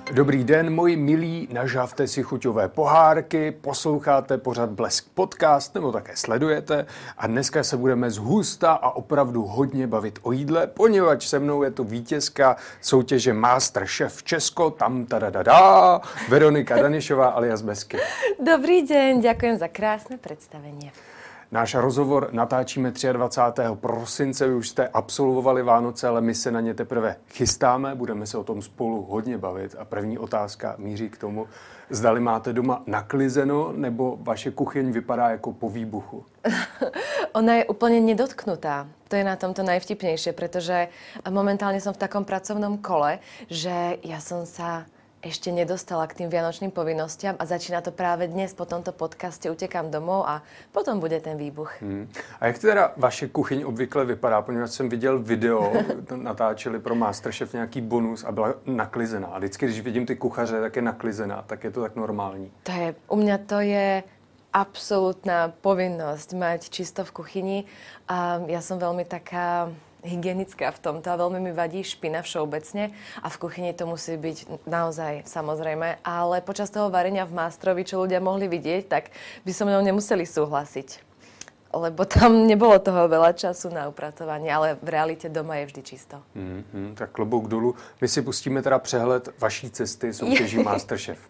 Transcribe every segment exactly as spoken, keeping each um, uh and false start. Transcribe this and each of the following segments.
Dobrý den, moji milí, nažhavte si chuťové pohárky, posloucháte pořad Blesk podcast, nebo také sledujete. A dneska se budeme zhusta a opravdu hodně bavit o jídle, poněvadž se mnou je to vítězka soutěže MasterChef Česko, tam tadadadá, Veronika Danišová alias Besky. Dobrý den, děkujem za krásné představení. Náš rozhovor natáčíme dvacátého třetího prosince, vy už jste absolvovali Vánoce, ale my se na ně teprve chystáme, budeme se o tom spolu hodně bavit. A první otázka míří k tomu, zdali máte doma naklizeno, nebo vaše kuchyň vypadá jako po výbuchu? Ona je úplně nedotknutá. To je na tomto najvtipnejšie, pretože momentálne som v takom pracovnom kole, že ja som sa ešte nedostala k tým vianočným povinnostiam a začína to práve dnes. Po tomto podcaste utekám domov a potom bude ten výbuch. Hmm. A jak teda vaše kuchyň obvykle vypadá? Poněvadž jsem viděl video, natáčeli pro MasterChef nějaký bonus a byla naklizená. A vždycky, když vidím ty kuchaře, tak je naklizená, tak je to tak normální. To je, u mňa to je absolútna povinnosť mať čisto v kuchyni. A ja som veľmi taká hygienická v tomto a veľmi mi vadí špina všeobecne a v kuchyni to musí byť naozaj samozrejme, ale počas toho varenia v Mástrovi, čo ľudia mohli vidieť, tak by so mnou nemuseli súhlasiť, lebo tam nebolo toho veľa času na upratovanie, ale v realite doma je vždy čisto. Mm-hmm, tak klobouk dolů. My si pustíme teda přehled vaší cesty soutěží MasterChef.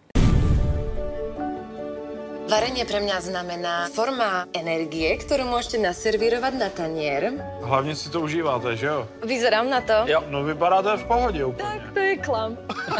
Varenie pre mňa znamená forma energie, ktorú môžete naservírovať na tanier. Hlavně si to užíváte, že jo? Vyzerám na to? Jo, no vypadáte v pohodě úplně. Tak to je klam.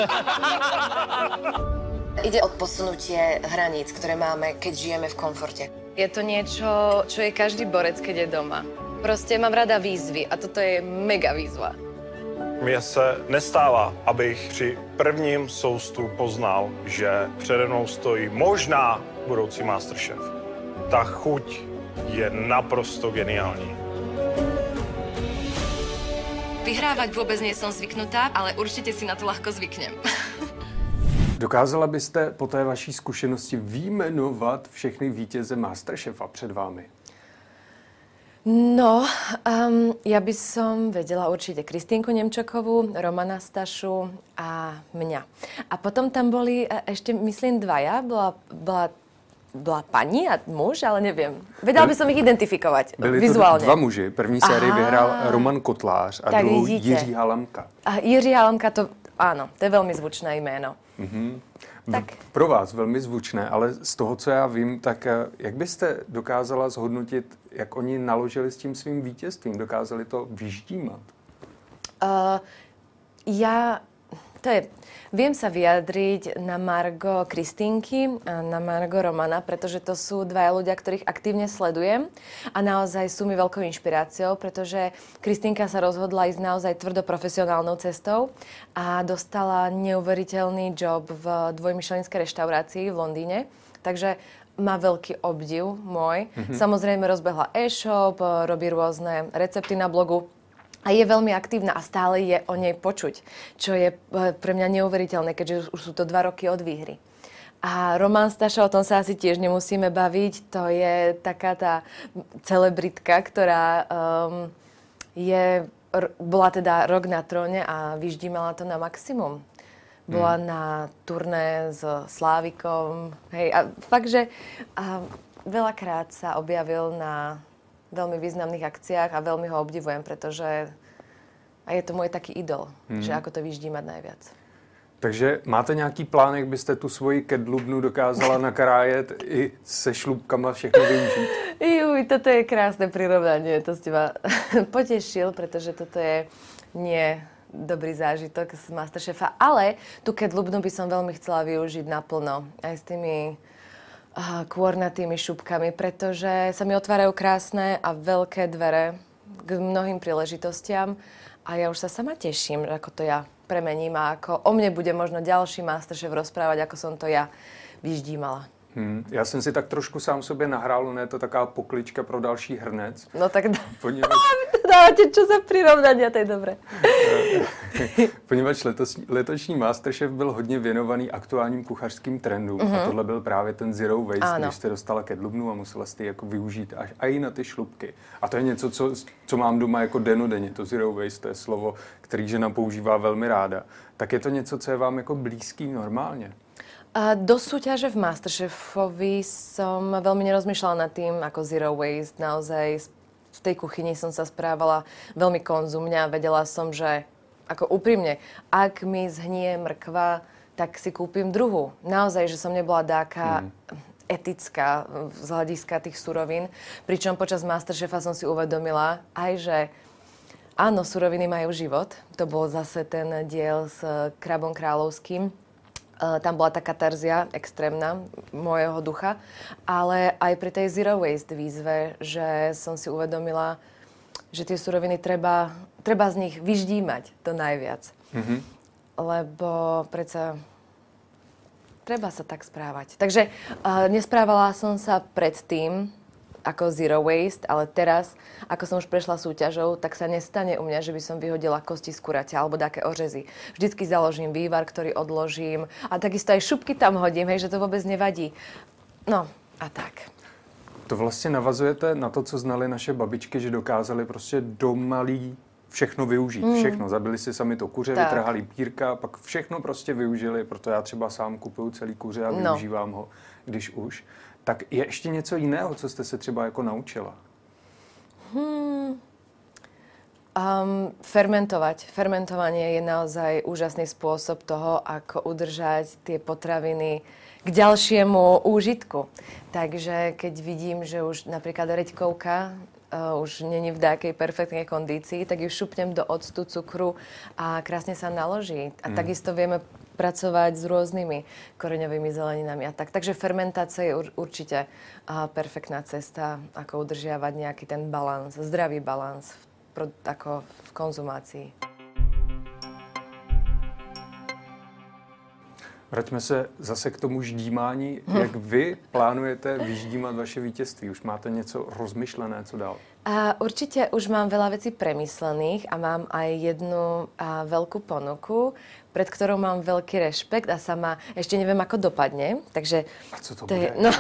Ide o posunutie hraníc, ktoré máme, keď žijeme v komforte. Je to niečo, čo je každý borec, keď je doma. Proste mám rada výzvy a toto je mega výzva. Mně se nestává, abych při prvním soustu poznal, že přede mnou stojí možná budoucí MasterChef. Ta chuť je naprosto geniální. Vyhrávať vôbec nie som zvyknutá, ale určite si na to ľahko zvyknem. Dokázala byste po té vaší zkušenosti vyjmenovat všechny vítěze MasterChefa před vámi? No, um, ja by som vedela určite Kristýnku Nemčokovú, Romana Stašu a mňa. A potom tam boli ešte, myslím, dvaja. Bola, bola, bola pani a muž, ale neviem. Vedela by som ich identifikovať byli vizuálne. Byli to dva muži. První sérii vyhrál Roman Kotlář a druhou Jiří Halamka. A Jiří Halamka, to áno, to je veľmi zvučné jméno. Mm-hmm. Tak. Pro vás velmi zvučné, ale z toho, co já vím, tak jak byste dokázala zhodnotit, jak oni naložili s tím svým vítězstvím? Dokázali to vyždímat? Uh, ja, to je, viem sa vyjadriť na margo Kristýnky a na margo Romana, pretože to sú dvaja ľudia, ktorých aktívne sledujem a naozaj sú mi veľkou inšpiráciou, pretože Kristýnka sa rozhodla ísť naozaj tvrdo profesionálnou cestou a dostala neuveriteľný job v dvojmyšelinskej reštaurácii v Londýne, takže má veľký obdiv môj. Mm-hmm. Samozrejme rozbehla e-shop, robí rôzne recepty na blogu a je veľmi aktívna a stále je o nej počuť, čo je pre mňa neuveriteľné, keďže už sú to dva roky od výhry. A Roman Staša, o tom sa asi tiež nemusíme baviť, to je taká tá celebritka, ktorá um, je, bola teda rok na tróne a vyždímala to na maximum. Bola hmm. na turné s Slávikom, hej, a fakt, že a veľakrát sa objavil na veľmi významných akciách a veľmi ho obdivujem, pretože a je to môj taký idol, hmm. že ako to vyždímať najviac. Takže máte nějaký plán, jak byste tu svoji kedlubnu dokázala nakrájet i se šlubkama všechno využít? Juj, toto je krásne prirovnanie, to ste ma potešil, pretože toto je nie dobrý zážitok z MasterChefa, ale tú kedlubnu by som veľmi chcela využiť naplno, aj s tými uh, kôrnatými šupkami, pretože sa mi otvárajú krásne a veľké dvere k mnohým príležitostiam a ja už sa sama teším, ako to ja premením a ako o mne bude možno ďalší MasterChef rozprávať, ako som to ja vyždímala. Hmm, já jsem si tak trošku sám sobě nahrál, ne, je to taková poklička pro další hrnec. No tak poněvadž dávate, čo za prirovnania, to je dobré. Poněvadž letos, letošní Masterchef byl hodně věnovaný aktuálním kuchařským trendům mm-hmm. a tohle byl právě ten zero waste, ano. Když jste dostala ke dlubnu a musela jste jako využít až i na ty šlupky. A to je něco, co, co mám doma jako denodenně, to zero waste, to je slovo, který žena používá velmi ráda. Tak je to něco, co je vám jako blízký normálně? A do súťaže v Masterchefovi som veľmi nerozmýšľala nad tým, ako zero waste. Naozaj v tej kuchyni som sa správala veľmi konzumne a vedela som, že ako úprimne, ak mi zhnie mrkva, tak si kúpim druhú. Naozaj, že som nebola dáka mm. etická z hľadiska tých surovín. Pričom počas Masterchefa som si uvedomila aj, že áno, suroviny majú život. To bol zase ten diel s krabom kráľovským. Tam bola tá katarzia extrémna môjho ducha, ale aj pri tej zero waste výzve, že som si uvedomila, že tie suroviny treba, treba z nich vyždímať to najviac. Mm-hmm. Lebo predsa treba sa tak správať. Takže uh, nesprávala som sa predtým ako zero waste, ale teraz, ako som už prešla súťažou, tak sa nestane u mňa, že by som vyhodila kosti z kuraťa alebo také ořezy. Vždycky založím vývar, ktorý odložím a takisto aj šupky tam hodím, hej, že to vôbec nevadí. No a tak. To vlastně navazujete na to, co znali naše babičky, že dokázali prostě do malý všechno využít. Mm. Všechno. Zabili si sami to kuře, tak. Vytrhali pírka, pak všechno prostě využili, proto já třeba sám kupuju celý kuře a no. využívám ho, když už. Tak je ještě něco jiného, co jste se třeba jako naučila? Hmm. Um, fermentovať. Fermentovanie je naozaj úžasný spôsob toho, ako udržať tie potraviny k ďalšiemu úžitku. Takže keď vidím, že už napríklad reďkovka uh, už není v dákej perfektnej kondícii, tak ju šupnem do octu, cukru a krásne sa naloží. A mm. takisto vieme pracovať s rôznymi koreňovými zeleninami a tak. Takže fermentácia je určite uh, perfektná cesta, ako udržiavať nejaký ten balans, zdravý balans v, ako v konzumácii. Vraťme se zase k tomu ždímání. Hm. Jak vy plánujete vyždímat vaše vítězství? Už máte něco rozmyšlené, co dál? A určite už mám veľa vecí premyslených a mám aj jednu a, veľkú ponuku, pred ktorou mám veľký rešpekt a sama ešte neviem, ako dopadne. Takže a co to, to bude? Je, no,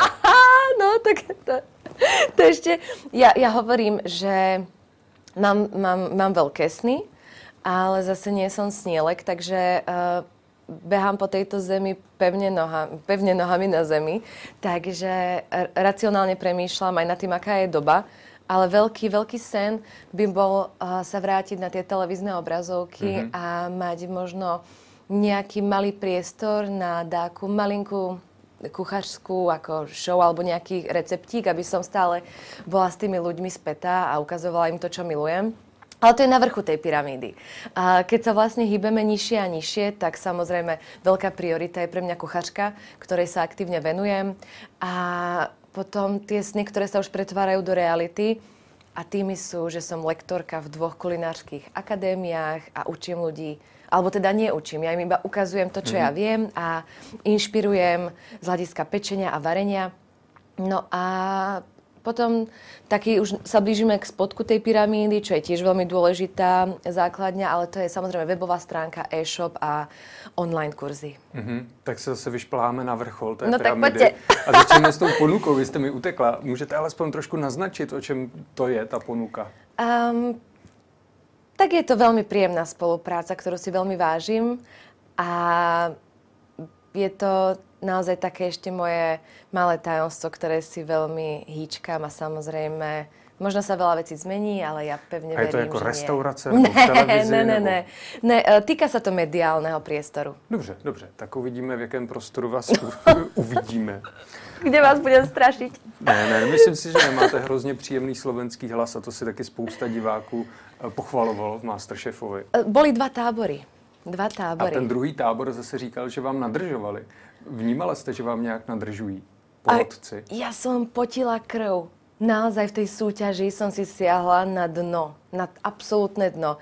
no, tak to, to ešte... Ja, ja hovorím, že mám, mám, mám veľké sny, ale zase nie som snielek, takže... Uh, behám po tejto zemi pevne, noha, pevne nohami na zemi, takže racionálne premýšľam aj nad tým, aká je doba, ale veľký, veľký sen by bol uh, sa vrátiť na tie televízne obrazovky mm-hmm. a mať možno nejaký malý priestor na dáku malinkú kuchařskú ako show alebo nejaký receptík, aby som stále bola s tými ľuďmi spätá a ukazovala im to, čo milujem. Ale to je na vrchu tej pyramídy. A keď sa vlastne hýbeme nižšie a nižšie, tak samozrejme veľká priorita je pre mňa kuchařka, ktorej sa aktívne venujem. A potom tie sny, ktoré sa už pretvárajú do reality. A tými sú, že som lektorka v dvoch kulinárskych akadémiách a učím ľudí, alebo teda nie učím, ja im iba ukazujem to, čo mm. ja viem a inšpirujem z hľadiska pečenia a varenia. No a potom taký už sa blížime k spodku tej pyramídy, čo je tiež veľmi dôležitá základňa, ale to je samozrejme webová stránka, e-shop a online kurzy. Mm-hmm. Tak se zase vyšplháme na vrchol té no pyramidy. A začneme s tou ponukou. Vy jste mi utekla. Můžete alespoň trošku naznačit, o čem to je, ta ponuka? Um, tak je to veľmi príjemná spolupráca, ktorú si veľmi vážim. A je to naozaj také ešte moje malé tajomstvo, ktoré si veľmi hýčkam a samozrejme, možno sa veľa vecí zmení, ale ja pevne verím, že nie. A je to jako restaurace nebo v televizi? Ne, ne, nebo... ne, ne. Týka sa to mediálneho priestoru. Dobře, dobře. Tak uvidíme, v jakém prostoru vás uvidíme. Kde vás budem strašiť. Ne, ne, myslím si, že nemáte hrozně příjemný slovenský hlas a to si taky spousta diváků pochvalovalo v Masterchefovi. Boli dva tábory. Dva tábory. A ten druhý tábor zase říkal, že vám nadržovali. Vnímala jste, že vám nějak nadržují porotci? Ja som potila krv. Naozaj v tej súťaži som si siahla na dno. Na absolútne dno.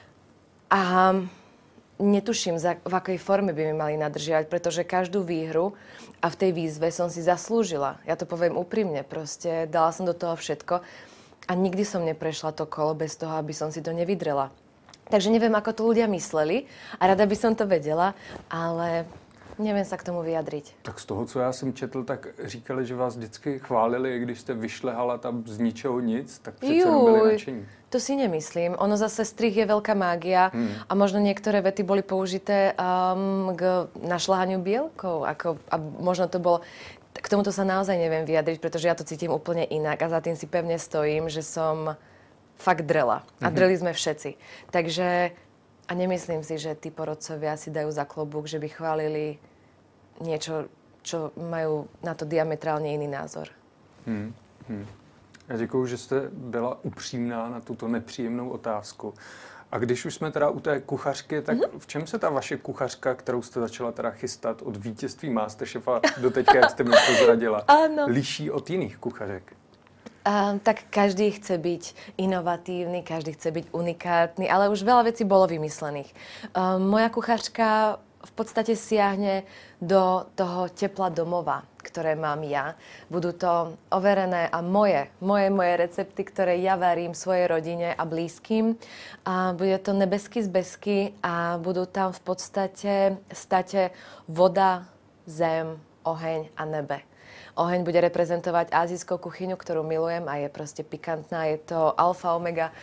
A netuším, v akej forme by mi mali nadržiavať, pretože každú výhru a v tej výzve som si zaslúžila. Ja to poviem úprimne. Proste dala som do toho všetko. A nikdy som neprešla to kolo bez toho, aby som si to nevydrela. Takže neviem, ako to ľudia mysleli a rada by som to vedela, ale neviem sa k tomu vyjadriť. Tak z toho, co já jsem četl, tak říkali, že vás vždycky chválili, když jste vyšlehala tam z ničeho nic, tak přece jenom byli nadšení. To si nemyslím. Ono zase strih je veľká mágia hmm. a možno niektoré vety boli použité um, k našľahaniu bielkov. Ako, a možno to bolo... K tomuto sa naozaj neviem vyjadriť, pretože ja to cítim úplne inak a za tým si pevne stojím, že som fakt drela. A dreli sme všetci. Takže... A nemyslím si, že tí porodcovia si dajú za klobúk, že by chválili niečo, čo majú na to diametrálně jiný názor. Hmm. Hmm. Já děkuju, že jste byla upřímná na tuto nepříjemnou otázku. A když už jsme teda u té kuchařky, tak mm-hmm. v čem se ta vaše kuchařka, kterou jste začala teda chystat od vítězství Masterchefa do teďka, jak jste mi prozradila, liší od jiných kuchařek? Um, tak každý chce byť inovatívny, každý chce byť unikátny, ale už veľa vecí bolo vymyslených. Um, moja kuchařka v podstate siahne do toho tepla domova, ktoré mám ja. Budú to overené a moje, moje, moje recepty, ktoré ja varím svojej rodine a blízkym. A bude to nebesky z besky a budú tam v podstate state voda, zem, oheň a nebe. Oheň bude reprezentovať ázijskú kuchyňu, ktorú milujem a je proste pikantná. Je to alfa omega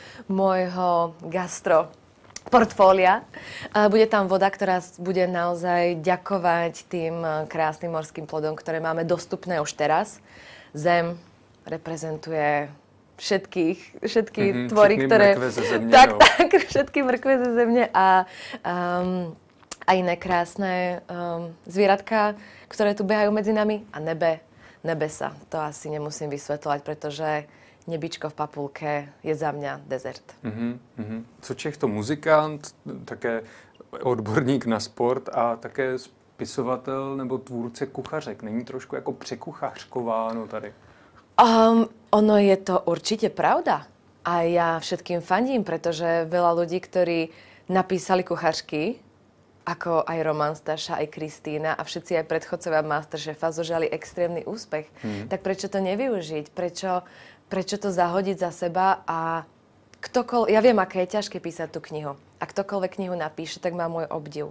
môjho gastro portfólia. Bude tam voda, ktorá bude naozaj ďakovať tým krásnym morským plodom, ktoré máme dostupné už teraz. Zem reprezentuje všetkých, všetky mm-hmm, tvory, ktoré... Mrkve ze země, tak, no. tak, všetky mrkve ze země a, um, a iné krásne um, zvieratka, ktoré tu behajú medzi nami a nebe. Nebesa. To asi nemusím vysvetľovať, pretože nebičko v papulke je za mňa dezert. Mm-hmm, mm-hmm. Co Čech to muzikant, také odborník na sport a také spisovatel nebo tvůrce kuchařek. Není trošku jako překuchařkováno tady? Um, ono je to určite pravda. A ja všetkým fandím, pretože veľa ľudí, ktorí napísali kuchařky, ako aj Roman Staša, aj Kristína a všetci aj predchodcovia Masterchefa zožali extrémny úspech. Mm. Tak prečo to nevyužiť? Prečo, prečo to zahodiť za seba a ktokoľvek... Ja viem, aké je ťažké písať tú knihu. A ktokoľvek knihu napíše, tak má môj obdiv.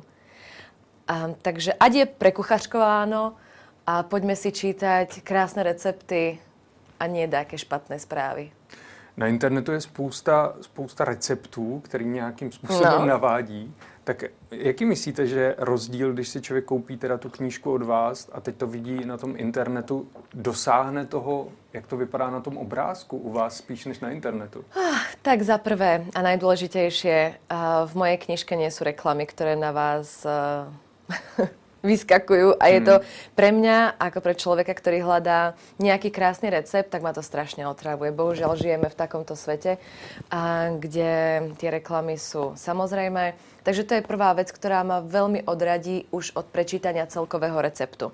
Um, takže ať je prekuchařkováno a poďme si čítať krásne recepty a nie také špatné správy. Na internetu je spousta, spousta receptů, který nějakým způsobem no. navádí. Tak jaký myslíte, že rozdíl, když si člověk koupí teda tu knížku od vás a teď to vidí na tom internetu, dosáhne toho, jak to vypadá na tom obrázku u vás spíš než na internetu? Ah, tak za prvé a najdôležitejšie, v mojej knižke nie sú reklamy, ktoré na vás uh, vyskakujú a je to pre mňa, ako pre človeka, ktorý hľadá nejaký krásny recept, tak ma to strašne otravuje. Bohužiaľ žijeme v takomto svete, a kde tie reklamy sú samozrejme. Takže to je prvá vec, ktorá ma veľmi odradí už od prečítania celkového receptu.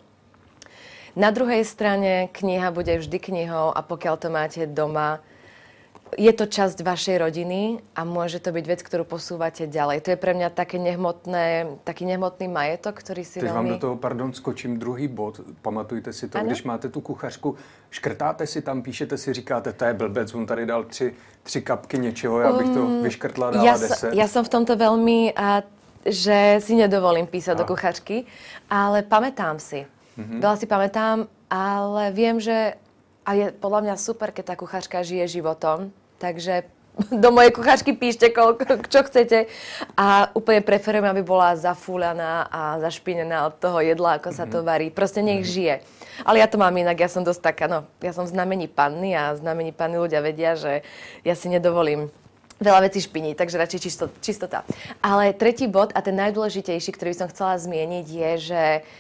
Na druhej strane kniha bude vždy knihou a pokiaľ to máte doma, je to časť vašej rodiny a môže to byť vec, ktorú posúvate ďalej. To je pre mňa také nehmotné, taký nehmotný majetok, ktorý si Teď veľmi... vám do toho, pardon, skočím druhý bod. Pamatujte si to, ano? Když máte tu kuchařku, škrtáte si tam, píšete si, říkáte, to je blbec, on tady dal tři, tři kapky něčeho, já bych to vyškrtla, dala ja deset. Ja som v tomto veľmi, a, že si nedovolím písať a. do kuchačky, ale pamätám si. Mm-hmm. Veľa si pamätám, ale viem, že a je podľa mňa super, keď tá kuchačka žije životom. Takže do mojej kuchačky píšte, koľko, čo chcete. A úplne preferujem, aby bola zafúľaná a zašpinená od toho jedla, ako sa to varí. Proste nech žije. Ale ja to mám inak, ja som dosť taká, no, ja som v znamení panny a v znamení panny ľudia vedia, že ja si nedovolím veľa vecí špiniť, takže radšej čisto, čistota. Ale tretí bod a ten najdôležitejší, ktorý by som chcela zmieniť, je, že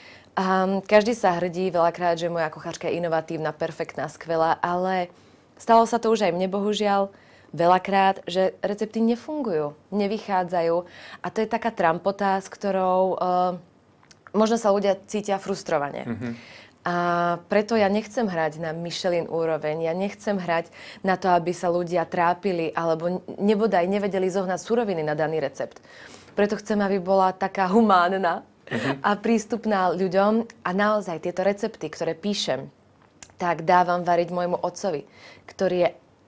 um, každý sa hrdí veľakrát, že moja kuchačka je inovatívna, perfektná, skvelá, ale stalo sa to už aj mne, bohužiaľ, veľakrát, že recepty nefungujú, nevychádzajú. A to je taká trampota, s ktorou uh, možno sa ľudia cítia frustrovane. Mm-hmm. A preto ja nechcem hrať na Michelin úroveň, ja nechcem hrať na to, aby sa ľudia trápili alebo nebodaj nevedeli zohnať suroviny na daný recept. Preto chcem, aby bola taká humánna mm-hmm. a prístupná ľuďom. A naozaj tieto recepty, ktoré píšem, tak dávam variť môjmu otcovi, ktorý je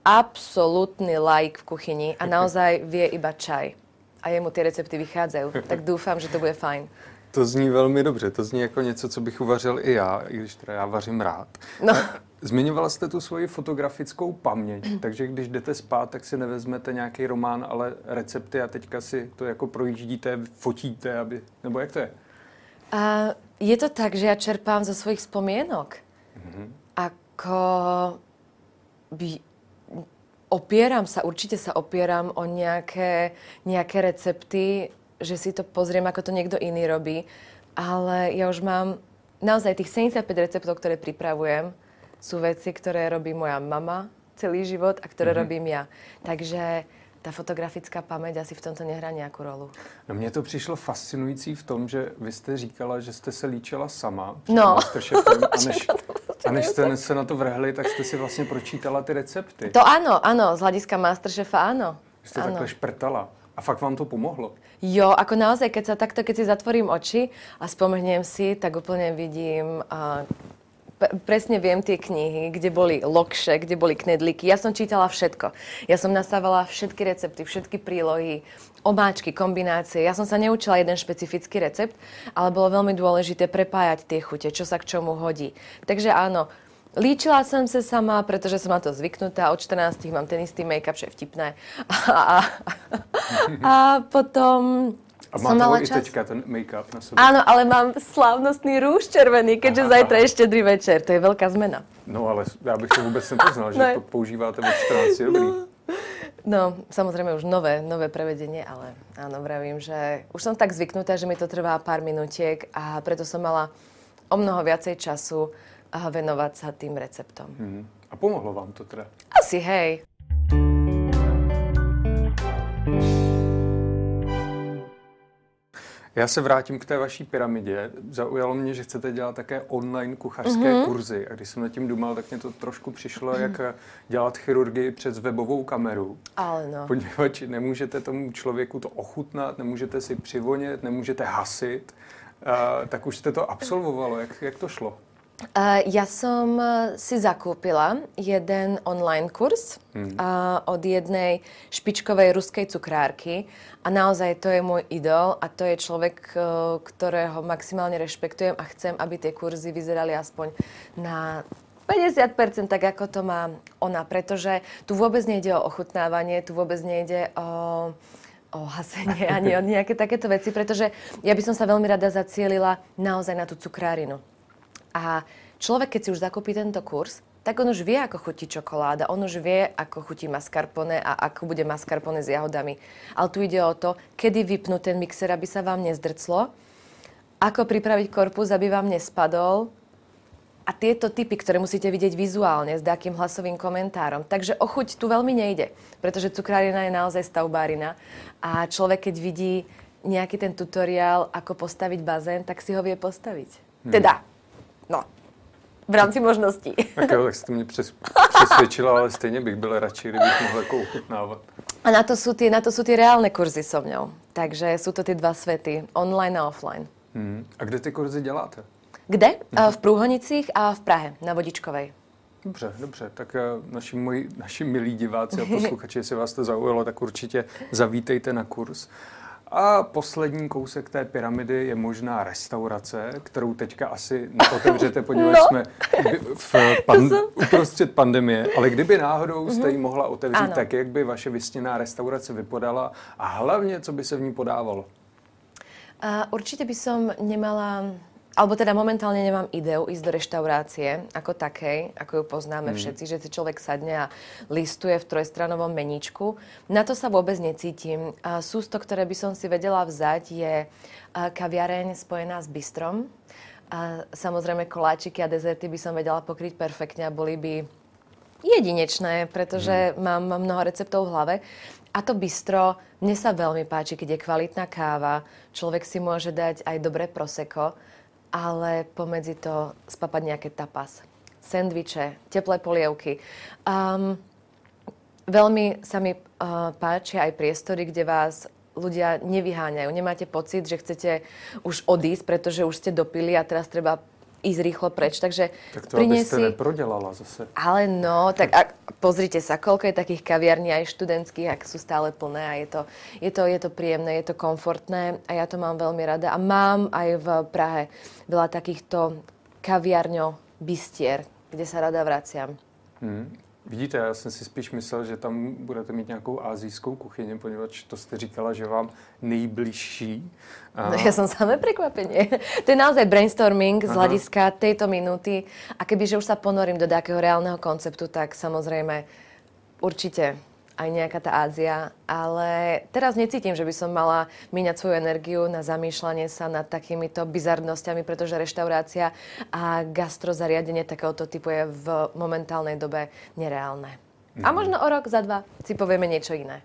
absolútny laik v kuchyni a naozaj vie iba čaj. A jemu ty recepty vychádzajú. Tak doufám, že to bude fajn. To zní velmi dobře. To zní jako něco, co bych uvařil i já, i když teda já vařím rád. No. Zmiňovala jste tu svoji fotografickou paměť, takže když jdete spát, tak si nevezmete nějaký román, ale recepty a teďka si to jako projíždíte, fotíte, aby... Nebo jak to je? Uh, je to tak, že ja čerpám zo svojich spomienok. Mm-hmm. Ako by... Opieram sa, určite sa opieram o nejaké, nejaké recepty, že si to pozriem, ako to niekto iný robí. Ale ja už mám naozaj tých sedemdesiatpäť receptov, ktoré pripravujem, sú veci, ktoré robí moja mama celý život a ktoré mm-hmm. robím ja. Takže ta fotografická paměť asi v tomto nehrá nějakou rolu. No mně to přišlo fascinující v tom, že vy jste říkala, že jste se líčila sama před no. Masterchefem a než, a než jste se na to vrhli, tak jste si vlastně pročítala ty recepty. To ano, ano, z hlediska Masterchefa ano. Jste ano. takhle šprtala. A fakt vám to pomohlo? Jo, ako naozaj, keď sa takto, keď si zatvorím oči a spomehnem si, tak úplne vidím... Uh, presne viem tie knihy, kde boli lokše, kde boli knedlíky. Ja som čítala všetko. Ja som nasávala všetky recepty, všetky prílohy, omáčky, kombinácie. Ja som sa neučila jeden špecifický recept, ale bolo veľmi dôležité prepájať tie chute, čo sa k čomu hodí. Takže áno, líčila som sa sama, pretože som na to zvyknutá. Od štrnástich mám ten istý make-up, čo je vtipné. A, a, a potom... A máte i teďka ten make-up na sobě? Áno, ale mám slávnostný rúž červený, keďže aha, zajtra je štedrý večer. To je veľká zmena. No ale já bych to vůbec nepoznal, že no. to používáte od čtrnácti. Dobrý. No. no, samozrejme už nové, nové prevedenie, ale áno, vravím, že už som tak zvyknutá, že mi to trvá pár minutiek a preto som mala o mnoho viacej času venovať sa tým receptom. Hmm. A pomohlo vám to teda? Asi, hej. Já se vrátím k té vaší pyramidě. Zaujalo mě, že chcete dělat také online kuchařské mm-hmm. kurzy. A když jsem nad tím dumal, tak mě to trošku přišlo, mm-hmm. jak dělat chirurgii přes webovou kameru. Ale no. Poněvadž nemůžete tomu člověku to ochutnat, nemůžete si přivonět, nemůžete hasit. Uh, tak už jste to absolvovalo. Jak, jak to šlo? Uh, ja som si zakúpila jeden online kurz hmm. uh, od jednej špičkovej ruskej cukrárky a naozaj to je môj idol a to je človek, uh, ktorého maximálne rešpektujem a chcem, aby tie kurzy vyzerali aspoň na päťdesiat percent tak, ako to má ona, pretože tu vôbec nejde o ochutnávanie, tu vôbec nejde o... o hasenie ani o nejaké takéto veci, pretože ja by som sa veľmi rada zacielila naozaj na tú cukrárinu. A človek, keď si už zakúpi tento kurz, tak on už vie, ako chutí čokoláda, on už vie, ako chutí mascarpone a ako bude mascarpone s jahodami. Ale tu ide o to, kedy vypnúť ten mixer, aby sa vám nezdrclo, ako pripraviť korpus, aby vám nespadol a tieto typy, ktoré musíte vidieť vizuálne s takým hlasovým komentárom. Takže o chuť tu veľmi nejde, pretože cukrárina je naozaj stavbárina a človek, keď vidí nejaký ten tutoriál, ako postaviť bazén, tak si ho vie postaviť. Hmm. Teda, no, v rámci možností. Tak jo, tak jste mě přes, přesvědčila, ale stejně bych byl radši, kdybych mohl jako ochutnávat. A na to sú tie, na to sú tie reálne kurzy so mňou. Takže sú to tie dva svety, online a offline. Hmm. A kde ty kurzy děláte? Kde? Hmm. V Průhonicích a v Prahe, na Vodičkovej. Dobře, dobře. Tak naši, moji, naši milí diváci a posluchači, jestli vás to zaujalo, tak určitě zavítejte na kurz. A poslední kousek té pyramidy je možná restaurace, kterou teďka asi neotevřete, poněvadž no. jsme v pan, uprostřed pandemie. Ale kdyby náhodou jste ji mohla otevřít, ano. tak jak by vaše vysněná restaurace vypadala a hlavně, co by se v ní podávalo? Uh, určite by som nemala... Alebo teda momentálne nemám ideu ísť do reštaurácie ako takej, ako ju poznáme mm. všetci, že si človek sadne a listuje v trojstranovom meníčku. Na to sa vôbec necítim. A sústo, ktoré by som si vedela vzať, je kaviareň spojená s bistrom. A samozrejme koláčiky a dezerty by som vedela pokryť perfektne a boli by jedinečné, pretože mm. mám mnoho receptov v hlave. A to bistro, mne sa veľmi páči, keď je kvalitná káva, človek si môže dať aj dobré prosecco, ale pomedzi to spapať nejaké tapas, sendviče, teplé polievky. Um, veľmi sa mi uh, páčia aj priestory, kde vás ľudia nevyháňajú. Nemáte pocit, že chcete už odísť, pretože už ste dopili a teraz treba ísť rýchlo preč. Takže tak to abyste neprodělala zase. Ale no, tak a pozrite sa, koľko je takých kaviarní aj študentských, ak sú stále plné a je to, je to, je to príjemné, je to komfortné a ja to mám veľmi rada. A mám aj v Prahe veľa takýchto kaviarňo bistier, kde sa rada vraciam. Hmm. Vidíte, já jsem si spíš myslel, že tam budete mít nějakou asijskou kuchyni, poněvadž to jste říkala, že vám nejbližší. A... No, ja som samé prekvapenie. To je naozaj brainstorming z hľadiska tejto minúty. A kebyže už sa ponorím do takého reálneho konceptu, tak samozrejme určite aj nejaká tá Ázia. Ale teraz necítim, že by som mala míňať svoju energiu na zamýšľanie sa nad takýmito bizarnosťami, pretože reštaurácia a gastrozariadenie takéhoto typu je v momentálnej dobe nereálne. Mm. A možno o rok, za dva si povieme niečo iné.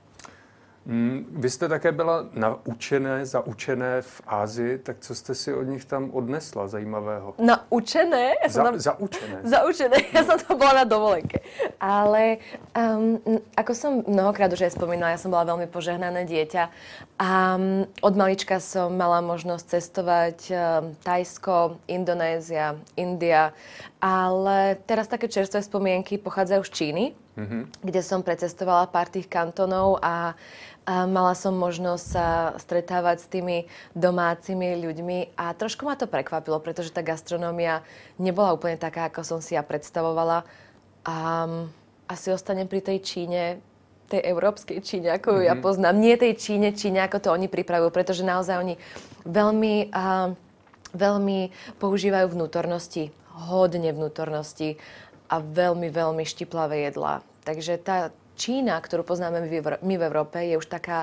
Mm, vy jste také byla naučené, zaučené v Ázii, tak co jste si od nich tam odnesla zajímavého? Naučené? Ja Za, tam... Zaučené. Zaučené, ja som to bola na dovolenke. Ale um, ako som mnohokrát už aj spomínala, ja som bola veľmi požehnané dieťa a um, od malička som mala možnosť cestovať um, Thajsko, Indonézia, India, ale teraz také čerstvé spomienky pochádzajú z Číny, mm-hmm. kde som precestovala pár tých kantónov a A mala som možnosť sa stretávať s tými domácimi ľuďmi a trošku ma to prekvapilo, pretože tá gastronómia nebola úplne taká, ako som si ja predstavovala. A asi ostanem pri tej Číne, tej európskej Číne, ako ju mm-hmm. ja poznám. Nie tej Číne, Číne, ako to oni pripravujú, pretože naozaj oni veľmi, uh, veľmi používajú vnútornosti, hodne vnútornosti a veľmi, veľmi štiplavé jedlá. Takže tá Čína, ktorú poznáme my v Európe, je už taká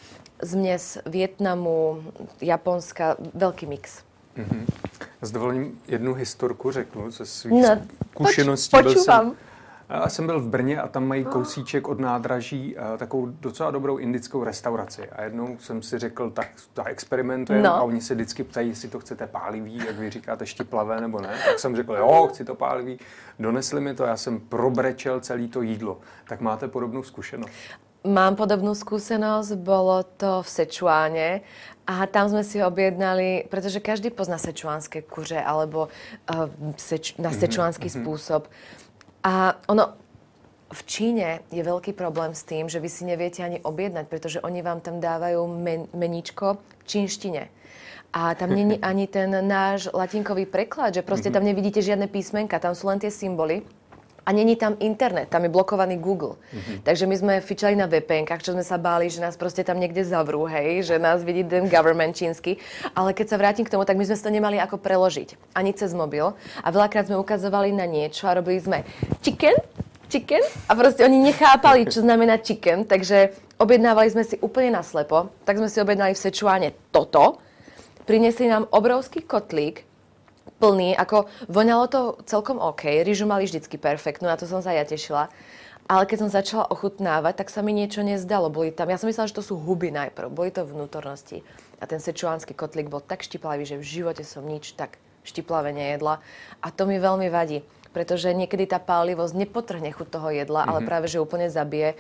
zmes Vietnamu, Japonska, veľký mix. Mm-hmm. S dovolením jednu historku řeknu ze svých no, zkušeností. Poč, počúvam. Já jsem byl v Brně a tam mají kousíček od nádraží takovou docela dobrou indickou restauraci. A jednou jsem si řekl, tak, tak experimentujeme no. a oni se vždycky ptají, jestli to chcete pálivý, jak vy říkáte, štiplavé nebo ne. Tak jsem řekl, jo, chci to pálivý. Donesli mi to, já jsem probrečel celé to jídlo. Tak máte podobnou zkušenosť? Mám podobnú skúsenosť, bolo to v Sečuáne a tam sme si objednali, pretože každý pozná sečuánske kuře alebo uh, seč, na sečuánsky mm-hmm. spôsob. A ono, v Číne je veľký problém s tým, že vy si neviete ani objednať, pretože oni vám tam dávajú men, meníčko v čínštine. A tam není ani ten náš latinkový preklad, že proste tam nevidíte žiadne písmenka, tam sú len tie symboly. A není tam internet, tam je blokovaný Google. Mm-hmm. Takže my sme fičali na vé pé enkách, čo sme sa báli, že nás proste tam niekde zavrú, hej, že nás vidí ten government čínsky. Ale keď sa vrátim k tomu, tak my sme si to nemali ako preložiť. Ani cez mobil. A veľakrát sme ukazovali na niečo a robili sme chicken, chicken. A proste oni nechápali, čo znamená chicken. Takže objednávali sme si úplne naslepo. Tak sme si objednali v Sečuáne toto. Priniesli nám obrovský kotlík, plný, ako voňalo to celkom OK, rýžu mali vždycky perfektnú, na to som sa ja tešila. Ale keď som začala ochutnávať, tak sa mi niečo nezdalo. Boli tam, ja som myslela, že to sú huby najprv, boli to vnútornosti. A ten sečuánsky kotlík bol tak štiplavý, že v živote som nič tak štiplavé nejedla. A to mi veľmi vadí, pretože niekedy tá pálivosť nepotrhne chuť toho jedla, mm-hmm. ale práve, že úplne zabije.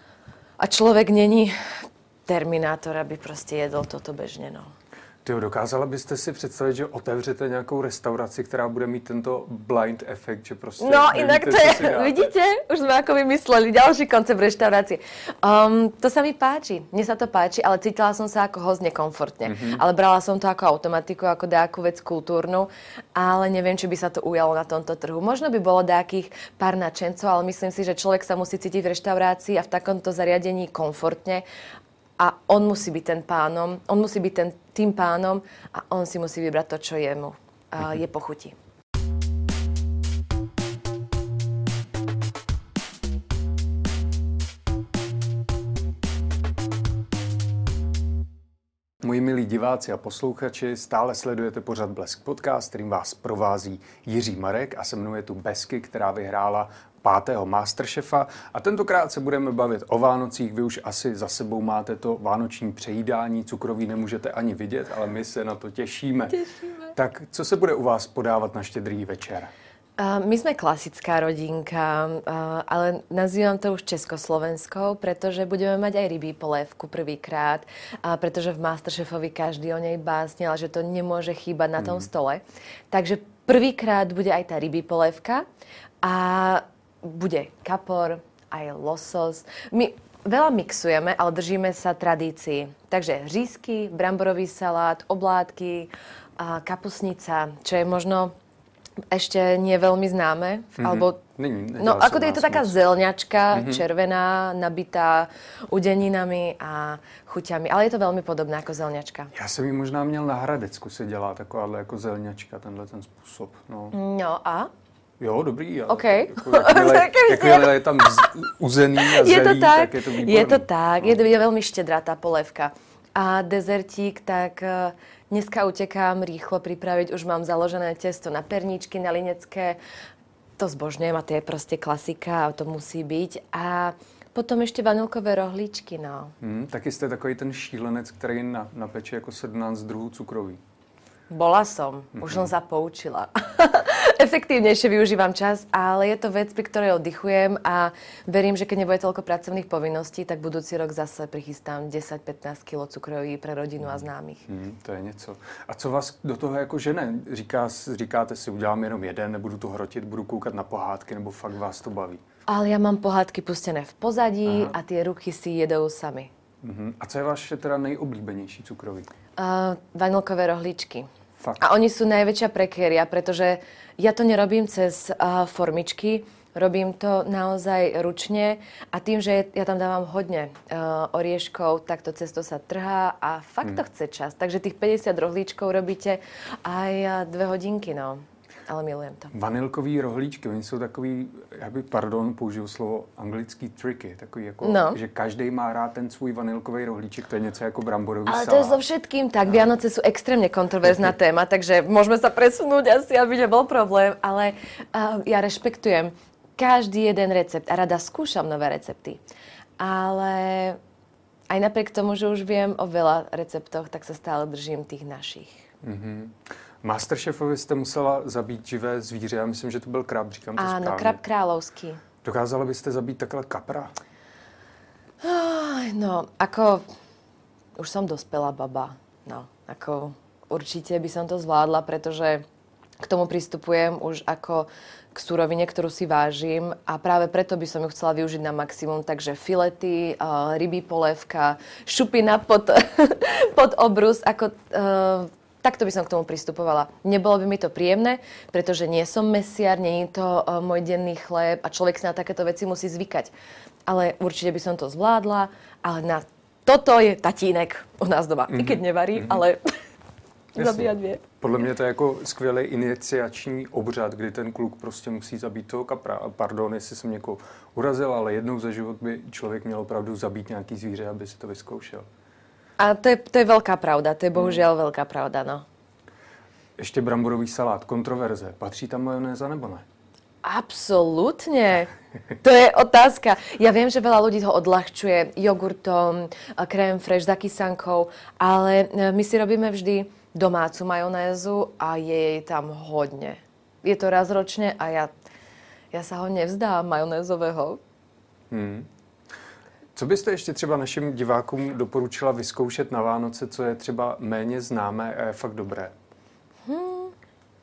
A človek není terminátor, aby proste jedol toto bežne, no. Tyjo, dokázala byste si představit, že otevřete nějakou restauraci, která bude mít tento blind efekt, že prostě no, inak to je, vidíte, už sme ako vymysleli ďalší koncept reštaurácie. Um, to sa mi páči, mne sa to páči, ale cítila som sa ako host nekomfortne. Mm-hmm. Ale brala som to ako automatiku, ako nejakú vec kultúrnu, ale neviem, či by sa to ujalo na tomto trhu. Možno by bolo nejakých pár nadšencov, ale myslím si, že človek sa musí cítiť v reštaurácii a v takomto zariadení komfortne. A on musí byť ten pánom, on musí byť ten, tým pánom a on si musí vybrať to, čo jemu uh, je po chuti. Moji milí diváci a posluchači, stále sledujete pořad Blesk Podcast, kterým vás provází Jiří Marek a se mnou je tu Besky, která vyhrála pátého Masterchefa. A tentokrát se budeme bavit o Vánocích. Vy už asi za sebou máte to vánoční přejídání, cukroví nemůžete ani vidět, ale my se na to těšíme. Těšíme. Tak co se bude u vás podávat na štědrý večer? Uh, my sme klasická rodinka, uh, ale nazývam to už československou, pretože budeme mať aj rybí polévku prvýkrát, uh, pretože v Masterchefovi každý o nej básnil, že to nemôže chýbať na tom mm. stole. Takže prvýkrát bude aj tá rybí polévka a bude kapor, aj losos. My veľa mixujeme, ale držíme sa tradícií. Takže řízky, bramborový salát, oblátky, a kapusnica, čo je možno ešte nie veľmi známe. Mm-hmm. Alebo, Není, no, ako to je to taká moc. zelňačka, Mm-hmm. červená, nabitá udeninami a chuťami. Ale je to veľmi podobné ako zelňačka. Já jsem ji možná měl na Hradecku, se dělá takováhle jako zelňačka, tenhle ten způsob. No, No a? jo, dobrý. Ale OK. Jako, jakmile, jakmile je tam z, uzený a zelí, je to tak, tak je to výborný. Je to tak, no. je, to, je veľmi štedrá tá polévka. A dezertík, tak uh, dneska utekám rýchlo pripraviť, už mám založené testo na perníčky, na linecké. To zbožňujem a to je proste klasika a to musí byť. A potom ešte vanilkové rohlíčky, no. Hmm, taky jste takový ten šílenec, který na, napeče jako sedmnáct druhů cukroví. Bola som, už som sa poučila. Efektívnejšie využívam čas, ale je to vec, pri ktorej oddychujem a verím, že keď nebude toľko pracovných povinností, tak budúci rok zase prichystám desať až pätnásť kilo cukroví pre rodinu a známych. Hmm, to je něco. A co vás do toho jako žene? Říká, říkáte si, udělám jenom jeden, nebudu to hrotit, budu koukat na pohádky, nebo fakt vás to baví? Ale ja mám pohádky pustené v pozadí. Aha. A tie ruky si jedou sami. Uh-huh. A co je vaše teda nejoblíbenější cukroví? Uh, vanilkové rohlíčky. Fakt. A oni sú najväčšia prekéria, pretože ja to nerobím cez uh, formičky, robím to naozaj ručne a tým, že ja tam dávam hodne uh, orieškov, tak to cesto sa trhá a fakt to chce čas. Takže tých päťdesiat rohlíčkov robíte aj uh, dve hodinky, no. Ale milujem to. Vanilkový rohlíčky, oni jsou takový, já bych, pardon, použil slovo anglický tricky, takový jako, no. že každý má rád ten svůj vanilkový rohlíček, to je něco jako bramborový ale salát. Ale to je so všetkým tak. No. Vianoce sú extrémne kontroverzná téma, takže môžeme sa presunúť asi, aby nebol problém, ale uh, ja rešpektujem každý jeden recept a rada skúšam nové recepty. Ale aj napriek tomu, že už viem o veľa receptoch, tak sa stále držím tých našich. Mm-hmm. Masterchefovi jste musela zabít živé zvíře, já myslím, že to byl krab, říkám to správně. Áno, krab kráľovský. Dokázala byste zabít takhle kapra? No, ako... Už som dospelá baba. No, ako určite by som to zvládla, pretože k tomu pristupujem už ako k surovine, ktorú si vážim a práve preto by som ju chcela využiť na maximum. Takže filety, uh, rybí polévka, šupina pod, pod obrus, ako... Uh, Takto by som k tomu pristupovala. Nebolo by mi to príjemné, pretože nie som mesiar, nie je to uh, môj denný chléb a človek si na takéto veci musí zvykať. Ale určite by som to zvládla, ale na toto je tatínek u nás doma. Mm-hmm. I keď nevarí, mm-hmm. ale zabíjať vie. Podle mě to je jako skvělý iniciační obřad, kdy ten kluk prostě musí zabít toho kapra. A pardon, jestli jsem někoho urazil, ale jednou za život by člověk měl opravdu zabít nějaký zvíře, aby si to vyzkoušel. A to je, to je veľká pravda, to je bohužiaľ hmm. veľká pravda, no. Ještě bramborový salát, kontroverze. Patří tam majonéza nebo ne? Absolútne. To je otázka. Ja viem, že veľa ľudí ho odľahčuje jogurtom, krém fresh, za kysankou, ale my si robíme vždy domácu majonézu a je jej tam hodne. Je to raz ročne a ja, ja sa ho nevzdám majonézového. Hmm. Co byste ještě třeba našim divákům doporučila vyzkoušet na Vánoce, co je třeba méně známé a je fakt dobré? Hmm.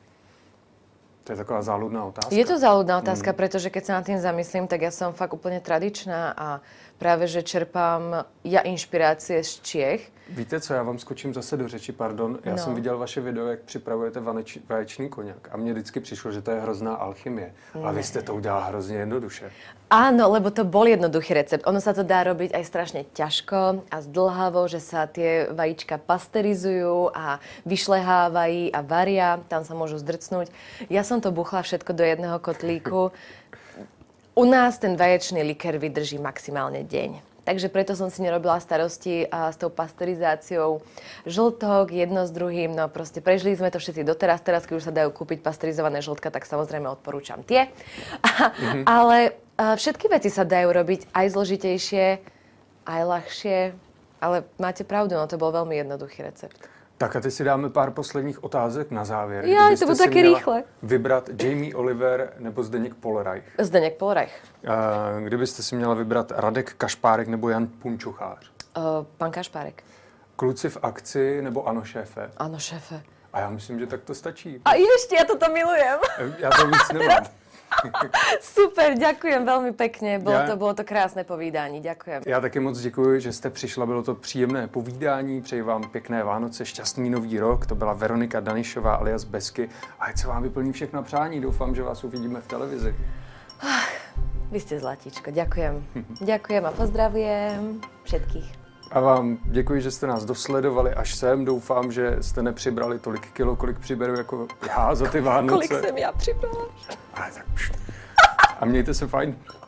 To je taková záludná otázka. Je to záludná otázka, hmm. pretože keď sa nad tým zamyslím, tak ja som fakt úplne tradičná a práve, že čerpám ja inšpirácie z Čiech. Víte co, já vám skočím zase do řeči, pardon. Já no. jsem viděl vaše video, jak připravujete vaneč, vaječný koněk a mně vždycky přišlo, že to je hrozná alchymie. Ne. A vy jste to udělala hrozně jednoduše. Áno, lebo to bol jednoduchý recept. Ono sa to dá robiť aj strašne ťažko a zdĺhavo, že sa tie vajíčka pasterizujú a vyšlehávajú a varia. Tam sa môžu zdrcnúť. Ja som to buchla všetko do jedného kotlíku. U nás ten vaječný likér vydrží maximálne deň. Takže preto som si nerobila starosti a s tou pasterizáciou žltok, jedno s druhým. No proste prežili sme to všetci doteraz. Teraz, keď už sa dajú kúpiť pasterizované žltka, tak samozrejme odporúčam tie. Mm-hmm. Ale a všetky veci sa dajú robiť aj zložitejšie, aj ľahšie. Ale máte pravdu, no to bol veľmi jednoduchý recept. Tak a teď si dáme pár posledních otázek na závěr. Já, to bude taky rýchle. Vybrat Jamie Oliver nebo Zdeněk Polreich? Zdeněk Polreich. Kdybyste si měla vybrat Radek Kašpárek nebo Jan Punčuchář? Uh, pan Kašpárek. Kluci v akci nebo Ano šéfe? Ano, šéfe. A já myslím, že tak to stačí. A ještě, já toto milujem. Já to víc nemám. Super, ďakujem veľmi pekne. Bolo, Ja- to, bolo to krásne povídání. Ďakujem. Já taky moc děkuji, že jste přišla, bylo to příjemné povídání, přeji vám pěkné Vánoce, šťastný nový rok, to byla Veronika Danišová alias Besky a ať se vám vyplní všechna přání, doufám, že vás uvidíme v televizi. Vy ste zlatíčko, ďakujem. Ďakujem a pozdravujem všetkých. A vám děkuji, že jste nás dosledovali až sem, doufám, že jste nepřibrali tolik kilo, kolik přiberu jako já za ty Vánoce. Kolik jsem já přibrala? Ale tak, a mějte se fajn.